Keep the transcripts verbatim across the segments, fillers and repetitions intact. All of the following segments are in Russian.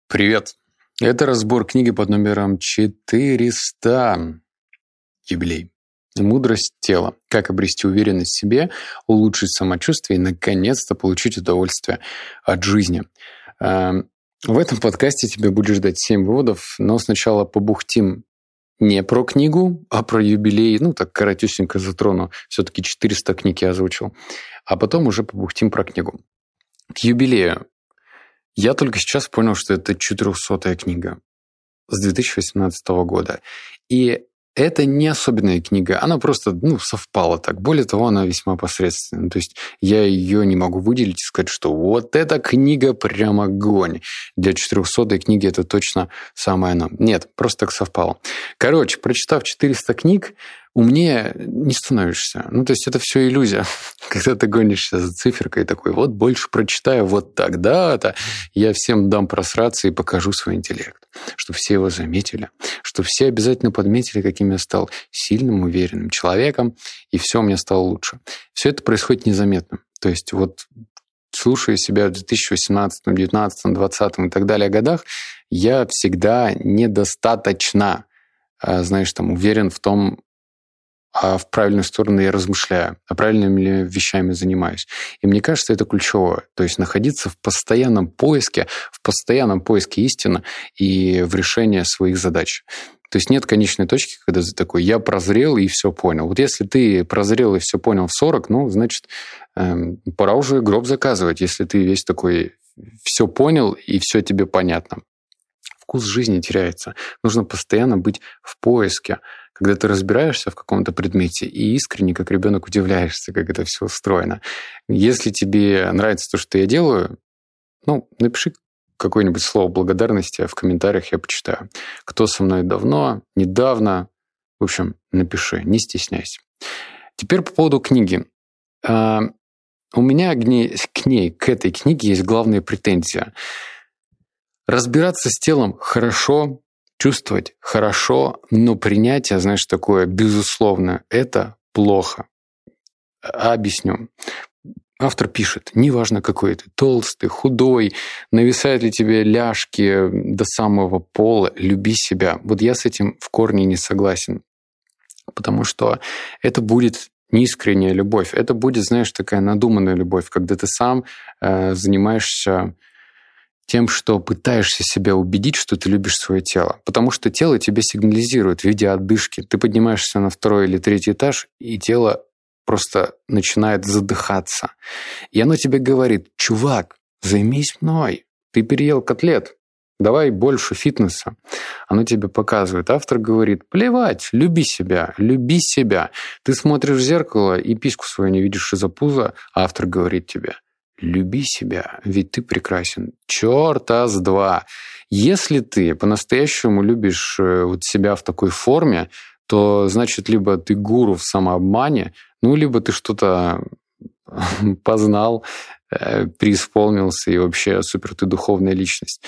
Привет! Это разбор книги под номером четыреста. Юбилей. «Мудрость тела. Как обрести уверенность в себе, улучшить самочувствие и, наконец-то, получить удовольствие от жизни». В этом подкасте тебя будет ждать семь выводов, но сначала побухтим не про книгу, а про юбилей. Ну, так коротюсенько затрону. Все-таки четыреста книг я озвучил. А потом уже побухтим про книгу. К юбилею. Я только сейчас понял, что это четырехсотая книга с две тысячи восемнадцатого года. И это не особенная книга, она просто ну, совпала так. Более того, она весьма посредственная. То есть я ее не могу выделить и сказать, что вот эта книга прям огонь. Для четырехсотой книги это точно самое оно. Нет, просто так совпало. Короче, прочитав четыреста книг, умнее не становишься. Ну, то есть это все иллюзия. Когда ты гонишься за циферкой такой, вот больше прочитаю, вот тогда-то я всем дам просраться и покажу свой интеллект. Чтобы все его заметили, чтобы все обязательно подметили, каким я стал сильным, уверенным человеком, и все у меня стало лучше. Все это происходит незаметно. То есть вот слушая себя в две тысячи восемнадцатом, девятнадцатом, двадцатом и так далее годах, я всегда недостаточно, знаешь, там, уверен в том, а в правильную сторону я размышляю, а правильными ли вещами занимаюсь. И мне кажется, это ключевое. То есть находиться в постоянном поиске, в постоянном поиске истины и в решении своих задач. То есть нет конечной точки, когда ты такой, я прозрел и все понял. Вот если ты прозрел и все понял в сорок, ну, значит, эм, пора уже гроб заказывать, если ты весь такой, все понял и все тебе понятно. Вкус жизни теряется. Нужно постоянно быть в поиске, когда ты разбираешься в каком-то предмете и искренне, как ребенок, удивляешься, как это все устроено. Если тебе нравится то, что я делаю, ну, напиши какое-нибудь слово благодарности в комментариях, я почитаю. Кто со мной давно, недавно, в общем, напиши, не стесняйся. Теперь по поводу книги. У меня к ней, к ней, к этой книге есть главная претензия. Разбираться с телом хорошо, чувствовать хорошо, но принятие, знаешь, такое безусловно, это плохо. Объясню. Автор пишет, неважно какой ты, толстый, худой, нависают ли тебе ляжки до самого пола, люби себя. Вот я с этим в корне не согласен, потому что это будет неискренняя любовь, это будет, знаешь, такая надуманная любовь, когда ты сам э, занимаешься тем, что пытаешься себя убедить, что ты любишь свое тело. Потому что тело тебе сигнализирует в виде отдышки. Ты поднимаешься на второй или третий этаж, и тело просто начинает задыхаться. И оно тебе говорит, чувак, займись мной. Ты переел котлет, давай больше фитнеса. Оно тебе показывает. Автор говорит, плевать, люби себя, люби себя. Ты смотришь в зеркало и письку свою не видишь из-за пуза, а автор говорит тебе, люби себя, ведь ты прекрасен. Чёрта с два. Если ты по-настоящему любишь вот себя в такой форме, то, значит, либо ты гуру в самообмане, ну, либо ты что-то познал, преисполнился, и вообще супер ты духовная личность.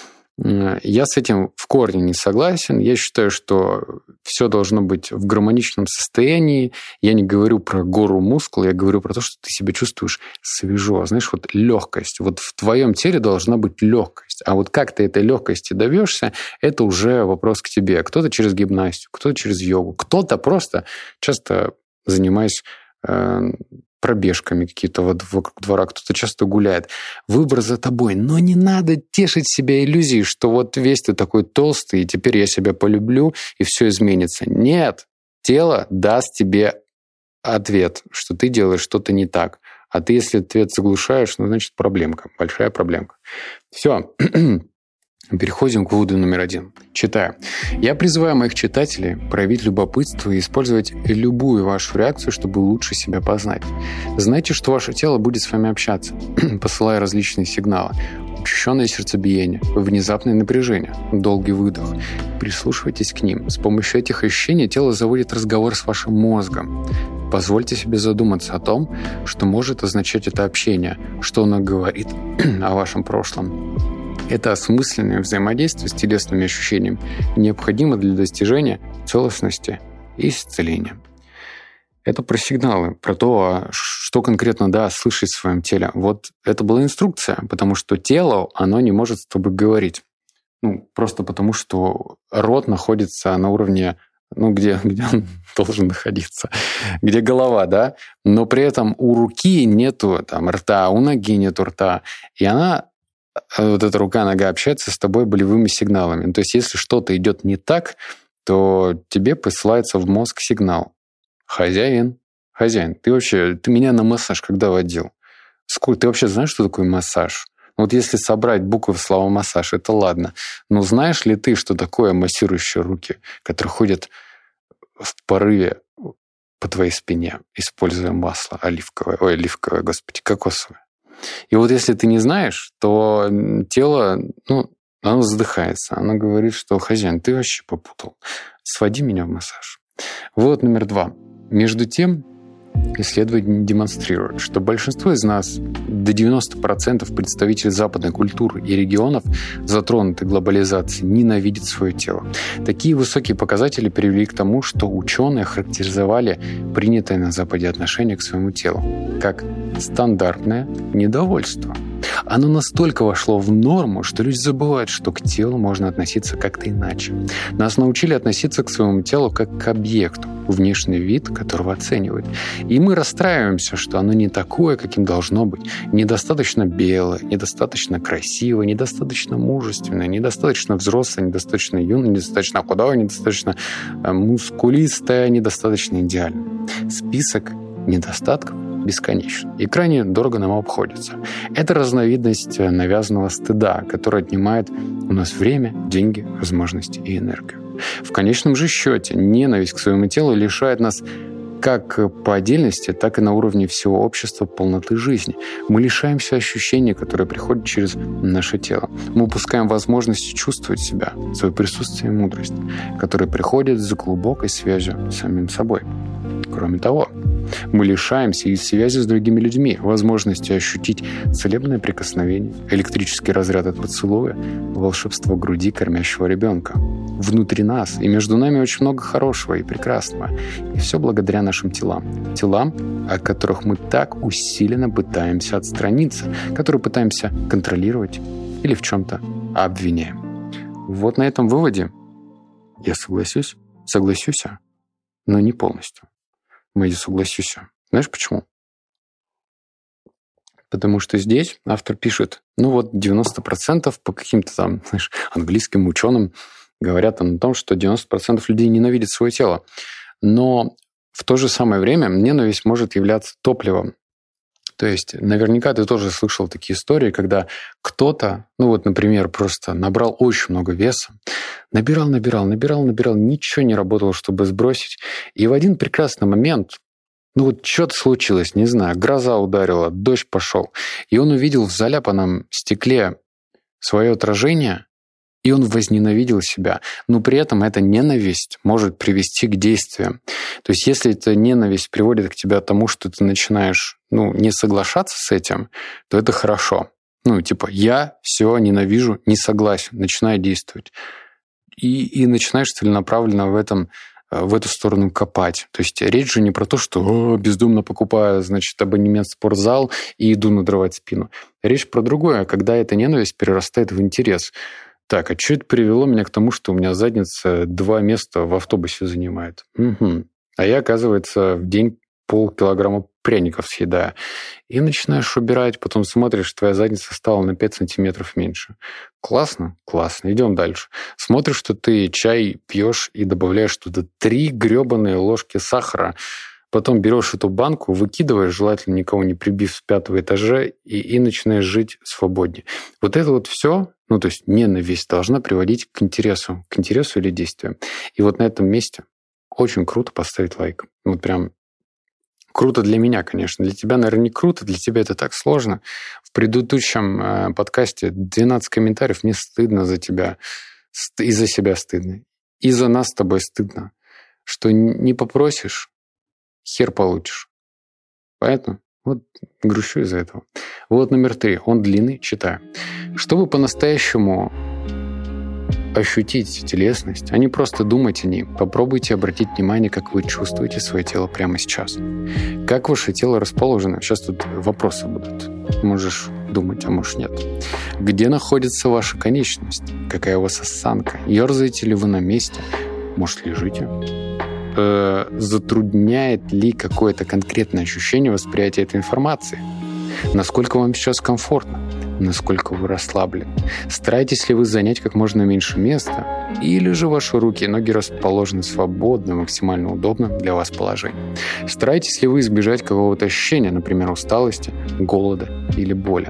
Я с этим в корне не согласен. Я считаю, что все должно быть в гармоничном состоянии. Я не говорю про гору мускул, я говорю про то, что ты себя чувствуешь свежо. Знаешь, вот легкость. Вот в твоем теле должна быть легкость. А вот как ты этой легкости добьешься, это уже вопрос к тебе. Кто-то через гимнастику, кто-то через йогу, кто-то просто часто занимаясь э, пробежками какие-то вот вокруг двора, кто-то часто гуляет. Выбор за тобой. Но не надо тешить себя иллюзией, что вот весь ты такой толстый, и теперь я себя полюблю, и все изменится. Нет. Тело даст тебе ответ, что ты делаешь что-то не так. А ты, если ответ заглушаешь, ну, значит, проблемка. Большая проблемка. Все. Переходим к выводу номер один. Читаю. Я призываю моих читателей проявить любопытство и использовать любую вашу реакцию, чтобы лучше себя познать. Знайте, что ваше тело будет с вами общаться, посылая различные сигналы. Учащенное сердцебиение, внезапное напряжение, долгий выдох. Прислушивайтесь к ним. С помощью этих ощущений тело заводит разговор с вашим мозгом. Позвольте себе задуматься о том, что может означать это общение, что оно говорит о вашем прошлом. Это осмысленное взаимодействие с телесными ощущениями необходимо для достижения целостности и исцеления. Это про сигналы, про то, что конкретно, да, слышать в своем теле. Вот это была инструкция, потому что тело, оно не может с тобой говорить. Ну, просто потому, что рот находится на уровне, ну, где, где он должен находиться, где голова, да, но при этом у руки нету там рта, у ноги нету рта, и она, вот эта рука-нога общается с тобой болевыми сигналами. То есть если что-то идет не так, то тебе посылается в мозг сигнал. Хозяин, хозяин, ты вообще, ты меня на массаж когда водил? Сколько, ты вообще знаешь, что такое массаж? Вот если собрать буквы в слово «массаж», это ладно. Но знаешь ли ты, что такое массирующие руки, которые ходят в порыве по твоей спине, используя масло оливковое, ой, оливковое, господи, кокосовое? И вот если ты не знаешь, то тело, ну, оно задыхается. Оно говорит, что хозяин, ты вообще попутал. Своди меня в массаж. Вывод номер два. Между тем, исследования демонстрируют, что большинство из нас, до девяноста процентов представителей западной культуры и регионов, затронутых глобализацией, ненавидят свое тело. Такие высокие показатели привели к тому, что ученые характеризовали принятое на Западе отношение к своему телу как стандартное недовольство. Оно настолько вошло в норму, что люди забывают, что к телу можно относиться как-то иначе. Нас научили относиться к своему телу как к объекту, внешний вид которого оценивают. И мы расстраиваемся, что оно не такое, каким должно быть. Недостаточно белое, недостаточно красивое, недостаточно мужественное, недостаточно взрослое, недостаточно юное, недостаточно худое, недостаточно мускулистое, недостаточно идеальное. Список недостатков бесконечно и крайне дорого нам обходится. Это разновидность навязанного стыда, который отнимает у нас время, деньги, возможности и энергию. В конечном же счете ненависть к своему телу лишает нас как по отдельности, так и на уровне всего общества полноты жизни. Мы лишаемся ощущений, которые приходят через наше тело. Мы упускаем возможность чувствовать себя, свое присутствие и мудрость, которые приходят за глубокой связью с самим собой. Кроме того, мы лишаемся и связи с другими людьми, возможности ощутить целебное прикосновение, электрический разряд от поцелуя, волшебство груди кормящего ребенка. Внутри нас и между нами очень много хорошего и прекрасного. И все благодаря нашим телам. Телам, от которых мы так усиленно пытаемся отстраниться, которые пытаемся контролировать или в чем-то обвиняем. Вот на этом выводе я согласюсь, согласюсь, но не полностью. Я согласюсь. Знаешь почему? Потому что здесь автор пишет, ну вот девяносто процентов по каким-то там, знаешь, английским ученым говорят о том, что девяносто процентов людей ненавидят свое тело. Но в то же самое время ненависть может являться топливом. То есть наверняка ты тоже слышал такие истории, когда кто-то, ну вот, например, просто набрал очень много веса, набирал, набирал, набирал, набирал, ничего не работало, чтобы сбросить. И в один прекрасный момент, ну вот что-то случилось, не знаю, гроза ударила, дождь пошел, и он увидел в заляпанном стекле свое отражение, и он возненавидел себя. Но при этом эта ненависть может привести к действиям. То есть если эта ненависть приводит к тебе к тому, что ты начинаешь ну, не соглашаться с этим, то это хорошо. Ну, типа, я все ненавижу, не согласен, начинаю действовать. И, и начинаешь целенаправленно в этом в эту сторону копать. То есть речь же не про то, что О, бездумно покупаю, значит, абонемент в спортзал и иду надрывать спину. Речь про другое, когда эта ненависть перерастает в интерес. Так, а что это привело меня к тому, что у меня задница два места в автобусе занимает? Угу. А я, оказывается, в день полкилограмма пряников съедаю. И начинаешь убирать, потом смотришь, твоя задница стала на пять сантиметров меньше. Классно? Классно. Идем дальше. Смотришь, что ты чай пьешь и добавляешь туда три гребаные ложки сахара. Потом берешь эту банку, выкидываешь, желательно никого не прибив с пятого этажа, и, и начинаешь жить свободнее. Вот это вот все, ну то есть ненависть должна приводить к интересу, к интересу или действию. И вот на этом месте очень круто поставить лайк. Вот прям круто для меня, конечно. Для тебя, наверное, не круто, для тебя это так сложно. В предыдущем э, подкасте двенадцать комментариев, мне стыдно за тебя, и за себя стыдно, и за нас с тобой стыдно, что не попросишь, хер получишь. Поэтому вот грущу из-за этого. Вот номер три. Он длинный, читаю. Чтобы по-настоящему ощутить телесность, а не просто думать о ней. Попробуйте обратить внимание, как вы чувствуете свое тело прямо сейчас. Как ваше тело расположено? Сейчас тут вопросы будут. Можешь думать, а можешь нет. Где находится ваша конечность? Какая у вас осанка? Ёрзаете ли вы на месте? Может, лежите? Э, затрудняет ли какое-то конкретное ощущение восприятия этой информации? Насколько вам сейчас комфортно? Насколько вы расслаблены? Стараетесь ли вы занять как можно меньше места? Или же ваши руки и ноги расположены свободно, максимально удобно для вас положение? Стараетесь ли вы избежать какого-то ощущения, например, усталости, голода или боли?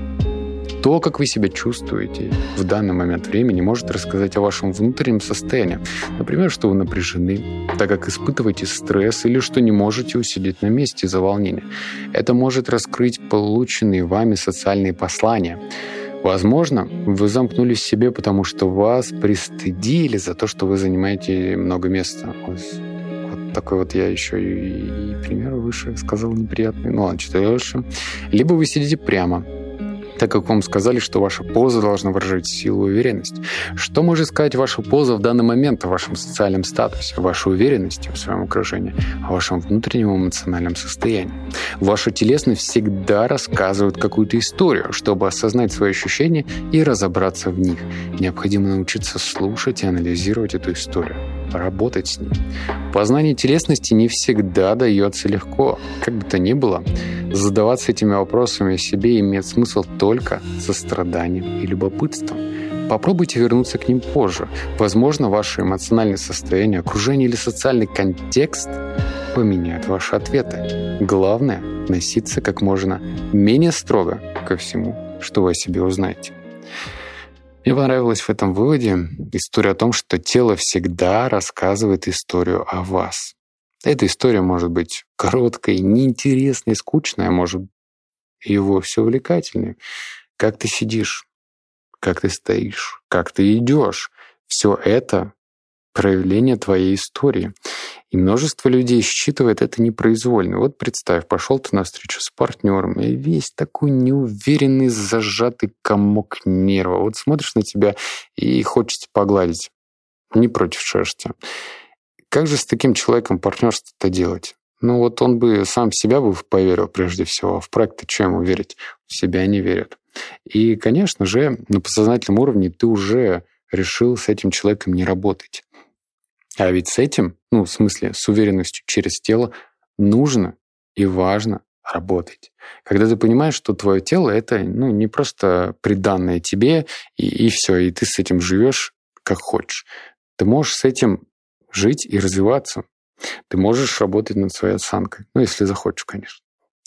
То, как вы себя чувствуете в данный момент времени, может рассказать о вашем внутреннем состоянии. Например, что вы напряжены, так как испытываете стресс, или что не можете усидеть на месте из-за волнения. Это может раскрыть полученные вами социальные послания. Возможно, вы замкнулись в себе, потому что вас пристыдили за то, что вы занимаете много места. Вот такой вот я еще и, и пример выше сказал неприятный. Ну ладно, что дальше. Либо вы сидите прямо, так как вам сказали, что ваша поза должна выражать силу и уверенность. Что может сказать ваша поза в данный момент о вашем социальном статусе, о вашей уверенности в своем окружении, о вашем внутреннем эмоциональном состоянии? Ваша телесность всегда рассказывает какую-то историю. Чтобы осознать свои ощущения и разобраться в них, необходимо научиться слушать и анализировать эту историю, работать с ней. Познание телесности не всегда дается легко. Как бы то ни было, задаваться этими вопросами о себе имеет смысл только со страданием и любопытством. Попробуйте вернуться к ним позже. Возможно, ваше эмоциональное состояние, окружение или социальный контекст поменяют ваши ответы. Главное — носиться как можно менее строго ко всему, что вы о себе узнаете. Мне понравилась в этом выводе история о том, что тело всегда рассказывает историю о вас. Эта история может быть короткой, неинтересной, скучной, а может и вовсе увлекательной. Как ты сидишь, как ты стоишь, как ты идешь. Все это проявление твоей истории. И множество людей считывает это непроизвольно. Вот представь, пошел ты на встречу с партнером, и весь такой неуверенный, зажатый комок нерва. Вот смотришь на тебя и хочется погладить. Не против шерсти. Как же с таким человеком партнерство-то делать? Ну вот он бы сам в себя бы поверил прежде всего, а в проект-то что ему верить? В себя не верят. И, конечно же, на подсознательном уровне ты уже решил с этим человеком не работать. А ведь с этим, ну, в смысле, с уверенностью через тело, нужно и важно работать. Когда ты понимаешь, что твое тело — это, ну, не просто приданное тебе, и, и все, и ты с этим живешь как хочешь. Ты можешь с этим жить и развиваться. Ты можешь работать над своей осанкой. Ну, если захочешь, конечно.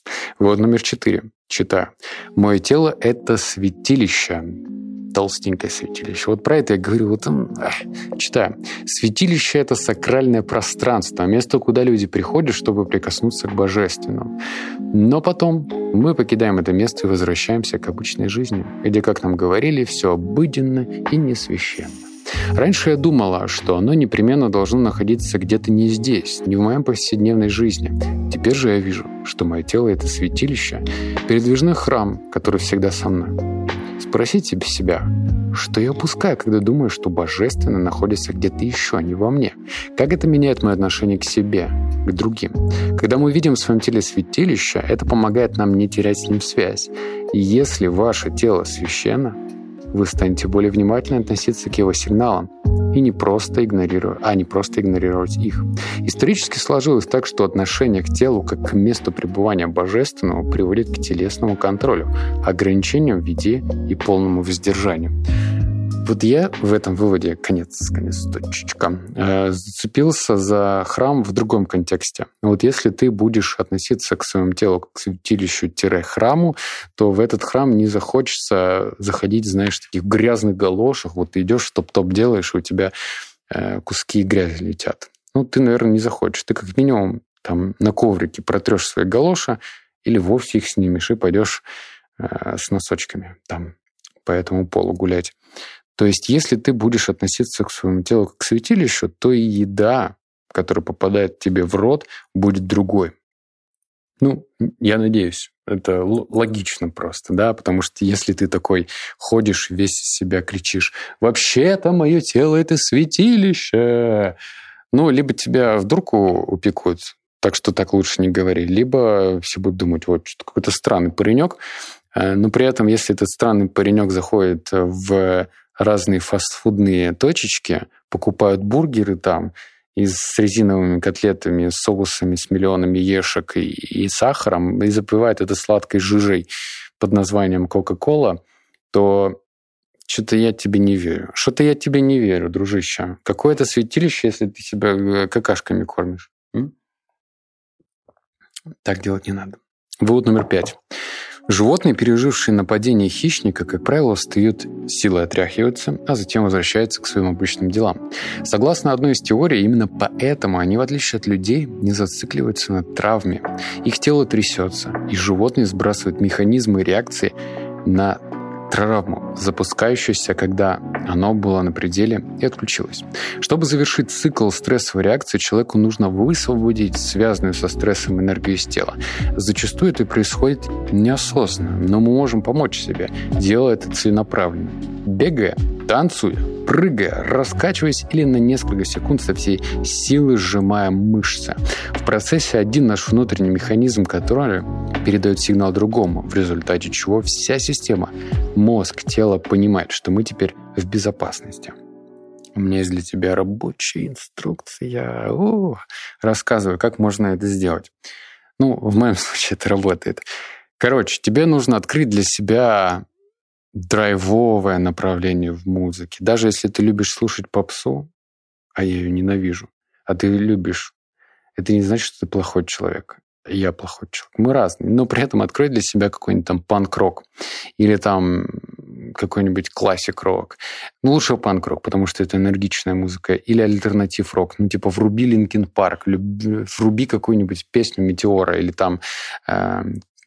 Вот номер четыре. Читаю. «Мое тело — это святилище». Толстенькое святилище. Вот про это я говорю. Вот, ах, читаю. «Святилище — это сакральное пространство, место, куда люди приходят, чтобы прикоснуться к божественному. Но потом мы покидаем это место и возвращаемся к обычной жизни, где, как нам говорили, все обыденно и не священно. Раньше я думала, что оно непременно должно находиться где-то не здесь, не в моей повседневной жизни. Теперь же я вижу, что мое тело — это святилище, передвижной храм, который всегда со мной. Спросите себя, что я упускаю, когда думаю, что божественное находится где-то еще, а не во мне? Как это меняет мое отношение к себе, к другим? Когда мы видим в своем теле святилище, это помогает нам не терять с ним связь. И если ваше тело священно, вы станете более внимательно относиться к его сигналам и не просто игнорировать, а не просто игнорировать их. Исторически сложилось так, что отношение к телу как к месту пребывания божественного приводит к телесному контролю, ограничениям в еде и полному воздержанию. Вот я в этом выводе, конец, конец точечка, э, зацепился за храм в другом контексте. Вот если ты будешь относиться к своему телу как к святилищу-храму, то в этот храм не захочется заходить, знаешь, в таких грязных галошах. Вот ты идешь, топ-топ делаешь, и у тебя э, куски грязи летят. Ну, ты, наверное, не захочешь. Ты как минимум там на коврике протрешь свои галоши или вовсе их снимешь и пойдешь э, с носочками там по этому полу гулять. То есть, если ты будешь относиться к своему телу как к святилищу, то и еда, которая попадает тебе в рот, будет другой. Ну, я надеюсь, Это логично просто, да, потому что если ты такой ходишь, весь из себя кричишь, вообще-то мое тело — это святилище, ну, либо тебя в дурку упекут, так что так лучше не говори, либо все будут думать, вот, что какой-то странный паренек, но при этом, если этот странный паренек заходит в разные фастфудные точечки, покупают бургеры там, и с резиновыми котлетами, с соусами, с миллионами ешек и, и сахаром, и запивает это сладкой жижей под названием Кока-Кола, то что-то я тебе не верю. Что-то я тебе не верю, дружище. Какое это святилище, если ты себя какашками кормишь? М? Так делать не надо. Вывод номер пять. Животные, пережившие нападение хищника, как правило, встают, силой отряхиваются, а затем возвращаются к своим обычным делам. Согласно одной из теорий, именно поэтому они, в отличие от людей, не зацикливаются на травме. Их тело трясется, и животные сбрасывают механизмы реакции на травму, запускающуюся, когда оно было на пределе и отключилось. Чтобы завершить цикл стрессовой реакции, человеку нужно высвободить связанную со стрессом энергию из тела. Зачастую это происходит неосознанно, но мы можем помочь себе, делая это целенаправленно. Бегая, танцуя, прыгая, раскачиваясь или на несколько секунд со всей силы сжимая мышцы. В процессе один наш внутренний механизм контроля передает сигнал другому, в результате чего вся система, мозг, тело понимает, что мы теперь в безопасности. У меня есть для тебя рабочая инструкция. О, рассказываю, как можно это сделать. Ну, в моем случае это работает. Короче, тебе нужно открыть для себя драйвовое направление в музыке. Даже если ты любишь слушать попсу, а я ее ненавижу, а ты любишь, это не значит, что ты плохой человек. Я плохой человек. Мы разные. Но при этом открой для себя какой-нибудь там панк-рок или там какой-нибудь классик-рок. Ну, лучше панк-рок, потому что это энергичная музыка. Или альтернатив-рок. Ну, типа, вруби Линкин Парк, вруби какую-нибудь песню Метеора или там э,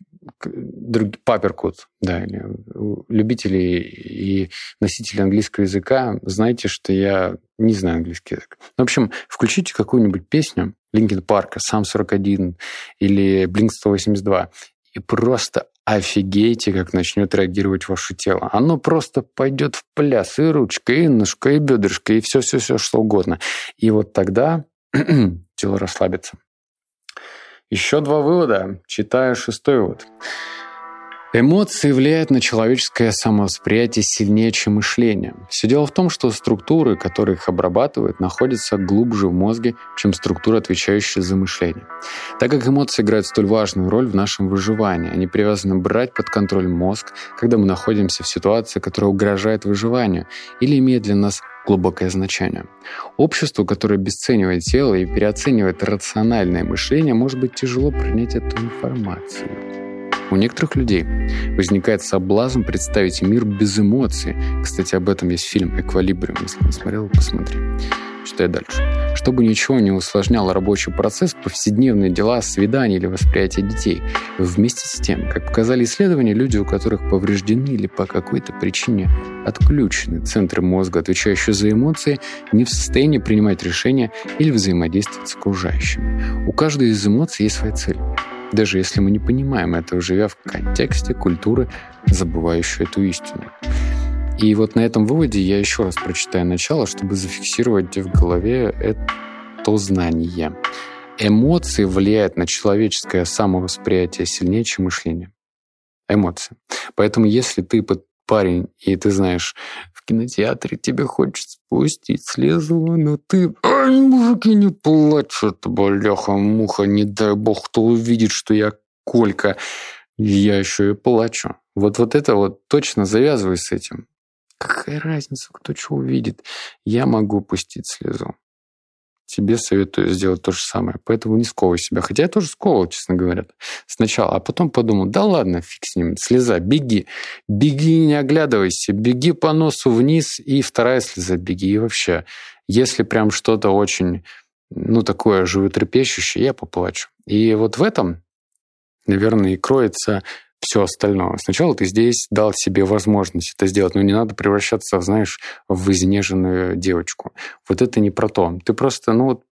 Паперкут. Да, любители и носители английского языка, знаете, что я не знаю английский язык. В общем, включите какую-нибудь песню Линкин Парка, Сам сорок один или Блинк сто восемьдесят два, и просто офигейте, как начнет реагировать ваше тело. Оно просто пойдет в пляс, и ручка, и ножка, и бедрышко, и все-все-все, что угодно. И вот тогда тело расслабится. Еще два вывода. Читаю шестой вывод. Эмоции влияют на человеческое самовосприятие сильнее, чем мышление. Все дело в том, что структуры, которые их обрабатывают, находятся глубже в мозге, чем структура, отвечающая за мышление. Так как эмоции играют столь важную роль в нашем выживании, они привязаны брать под контроль мозг, когда мы находимся в ситуации, которая угрожает выживанию или имеет для нас глубокое значение. Обществу, которое обесценивает тело и переоценивает рациональное мышление, может быть тяжело принять эту информацию. У некоторых людей возникает соблазн представить мир без эмоций. Кстати, об этом есть фильм «Эквилибриум». Если не смотрел, посмотри. Читай дальше. Чтобы ничего не усложняло рабочий процесс, повседневные дела, свидания или восприятие детей. Вместе с тем, как показали исследования, люди, у которых повреждены или по какой-то причине отключены центры мозга, отвечающие за эмоции, не в состоянии принимать решения или взаимодействовать с окружающими. У каждой из эмоций есть своя цель. Даже если мы не понимаем этого, живя в контексте культуры, забывающей эту истину. И вот на этом выводе я еще раз прочитаю начало, чтобы зафиксировать в голове это знание. Эмоции влияют на человеческое самовосприятие сильнее, чем мышление. Эмоции. Поэтому если ты парень, и ты знаешь, в кинотеатре тебе хочется спустить слезу, но ты... Ай, мужики, не плачь, это бляха-муха, не дай бог, кто увидит, что я Колька, я еще и плачу. Вот, вот это вот точно завязывай с этим. Какая разница, кто что увидит? Я могу пустить слезу. Тебе советую сделать то же самое. Поэтому не сковывай себя. Хотя я тоже сковывал, честно говоря, сначала. А потом подумал, да ладно, фиг с ним, слеза, беги. Беги, не оглядывайся. Беги по носу вниз, и вторая слеза, беги. И вообще, если прям что-то очень, ну, такое животрепещущее, я поплачу. И вот в этом, наверное, и кроется все остальное. Сначала ты здесь дал себе возможность это сделать, но не надо превращаться, знаешь, в изнеженную девочку. Вот это не про то. Ты просто, ну вот,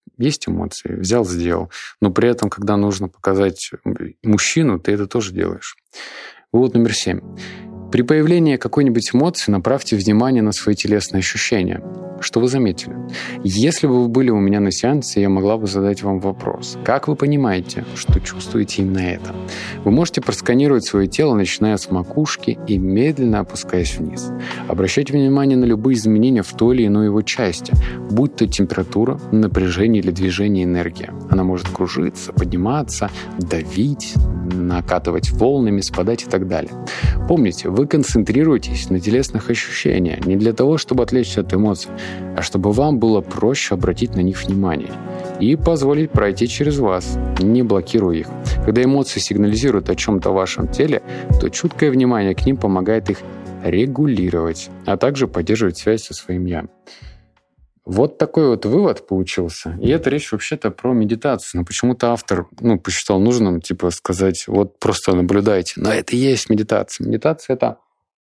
есть эмоции, взял, сделал. Но при этом, когда нужно показать мужчину, ты это тоже делаешь. Вывод номер семь. При появлении какой-нибудь эмоции направьте внимание на свои телесные ощущения. Что вы заметили? Если бы вы были у меня на сеансе, я могла бы задать вам вопрос. Как вы понимаете, что чувствуете именно это? Вы можете просканировать свое тело, начиная с макушки и медленно опускаясь вниз. Обращайте внимание на любые изменения в той или иной его части, будь то температура, напряжение или движение энергии. Она может кружиться, подниматься, давить, накатывать волнами, спадать и так далее. Помните, вы концентрируетесь на телесных ощущениях не для того, чтобы отвлечься от эмоций, а чтобы вам было проще обратить на них внимание и позволить пройти через вас, не блокируя их. Когда эмоции сигнализируют о чем-то в вашем теле, то чуткое внимание к ним помогает их регулировать, а также поддерживать связь со своим «я». Вот такой вот вывод получился. И это речь вообще-то про медитацию. Но почему-то автор ну, посчитал нужным типа сказать, вот просто наблюдайте. Но это и есть медитация. Медитация — это,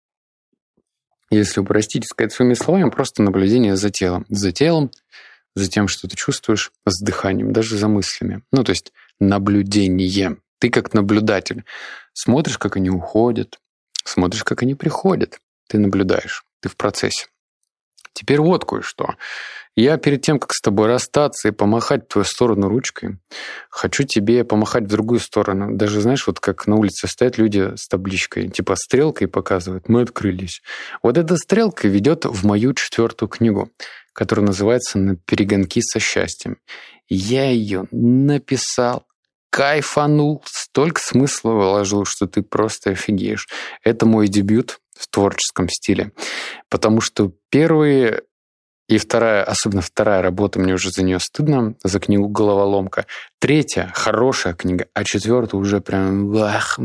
если упростить, сказать своими словами, просто наблюдение за телом. За телом, за тем, что ты чувствуешь, с дыханием, даже за мыслями. Ну, то есть наблюдение. Ты как наблюдатель смотришь, как они уходят, смотришь, как они приходят. Ты наблюдаешь, ты в процессе. Теперь вот кое-что. Я перед тем, как с тобой расстаться и помахать в твою сторону ручкой, хочу тебе помахать в другую сторону. Даже, знаешь, вот как на улице стоят люди с табличкой, типа стрелкой показывают, мы открылись. Вот эта стрелка ведет в мою четвертую книгу, которая называется «На перегонки со счастьем». Я ее написал, кайфанул, столько смысла вложил, что ты просто офигеешь. Это мой дебют в творческом стиле. Потому что первые и вторая, особенно вторая работа, мне уже за нее стыдно, за книгу «Головоломка». Третья — хорошая книга, а четвертая уже прям... Ах,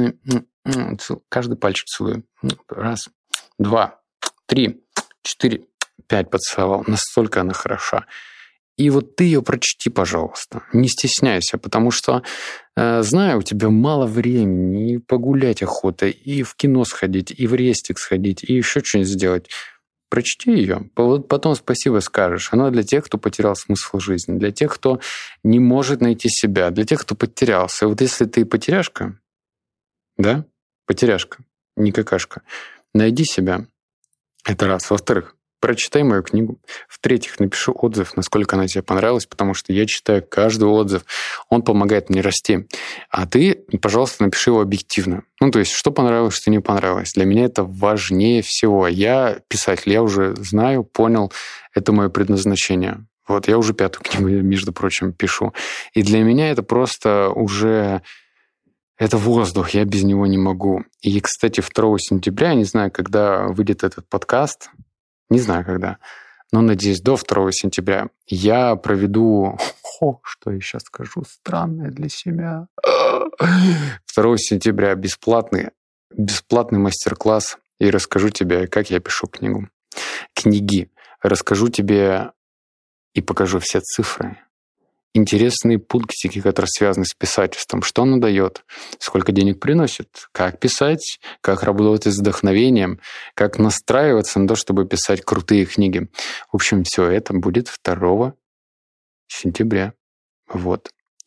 каждый пальчик целую. Раз, два, три, четыре, пять поцеловал. Настолько она хороша. И вот ты ее прочти, пожалуйста. Не стесняйся, потому что, э, знаю, у тебя мало времени, и погулять охота, и в кино сходить, и в рестик сходить, и еще что-нибудь сделать. Прочти ее, потом спасибо скажешь. Она для тех, кто потерял смысл жизни, для тех, кто не может найти себя, для тех, кто потерялся. И вот если ты потеряшка, да, потеряшка, не какашка, найди себя. Это раз. Во-вторых, прочитай мою книгу. В-третьих, напиши отзыв, насколько она тебе понравилась, потому что я читаю каждый отзыв. Он помогает мне расти. А ты, пожалуйста, напиши его объективно. Ну, то есть, что понравилось, что не понравилось. Для меня это важнее всего. Я писатель, я уже знаю, понял, это мое предназначение. Вот, я уже пятую книгу, между прочим, пишу. И для меня это просто уже... Это воздух, я без него не могу. И, кстати, второго сентября, я не знаю, когда выйдет этот подкаст, не знаю, когда, но, надеюсь, до второго сентября я проведу... О, что я сейчас скажу, странное для себя. второго сентября бесплатный, бесплатный мастер-класс, и расскажу тебе, как я пишу книгу. Книги. Расскажу тебе и покажу все цифры. Интересные пунктики, которые связаны с писательством. Что оно дает, сколько денег приносит, как писать, как работать с вдохновением, как настраиваться на то, чтобы писать крутые книги. В общем, все это будет второго сентября. Вот.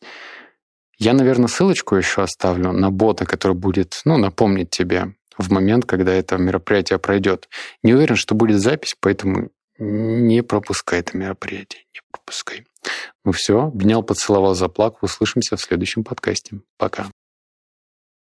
Я, наверное, ссылочку еще оставлю на бота, который будет, ну, напомнить тебе в момент, когда это мероприятие пройдет. Не уверен, что будет запись, поэтому не пропускай это мероприятие. Не пропускай. Ну все, обнял, поцеловал, заплакал. Услышимся в следующем подкасте. Пока.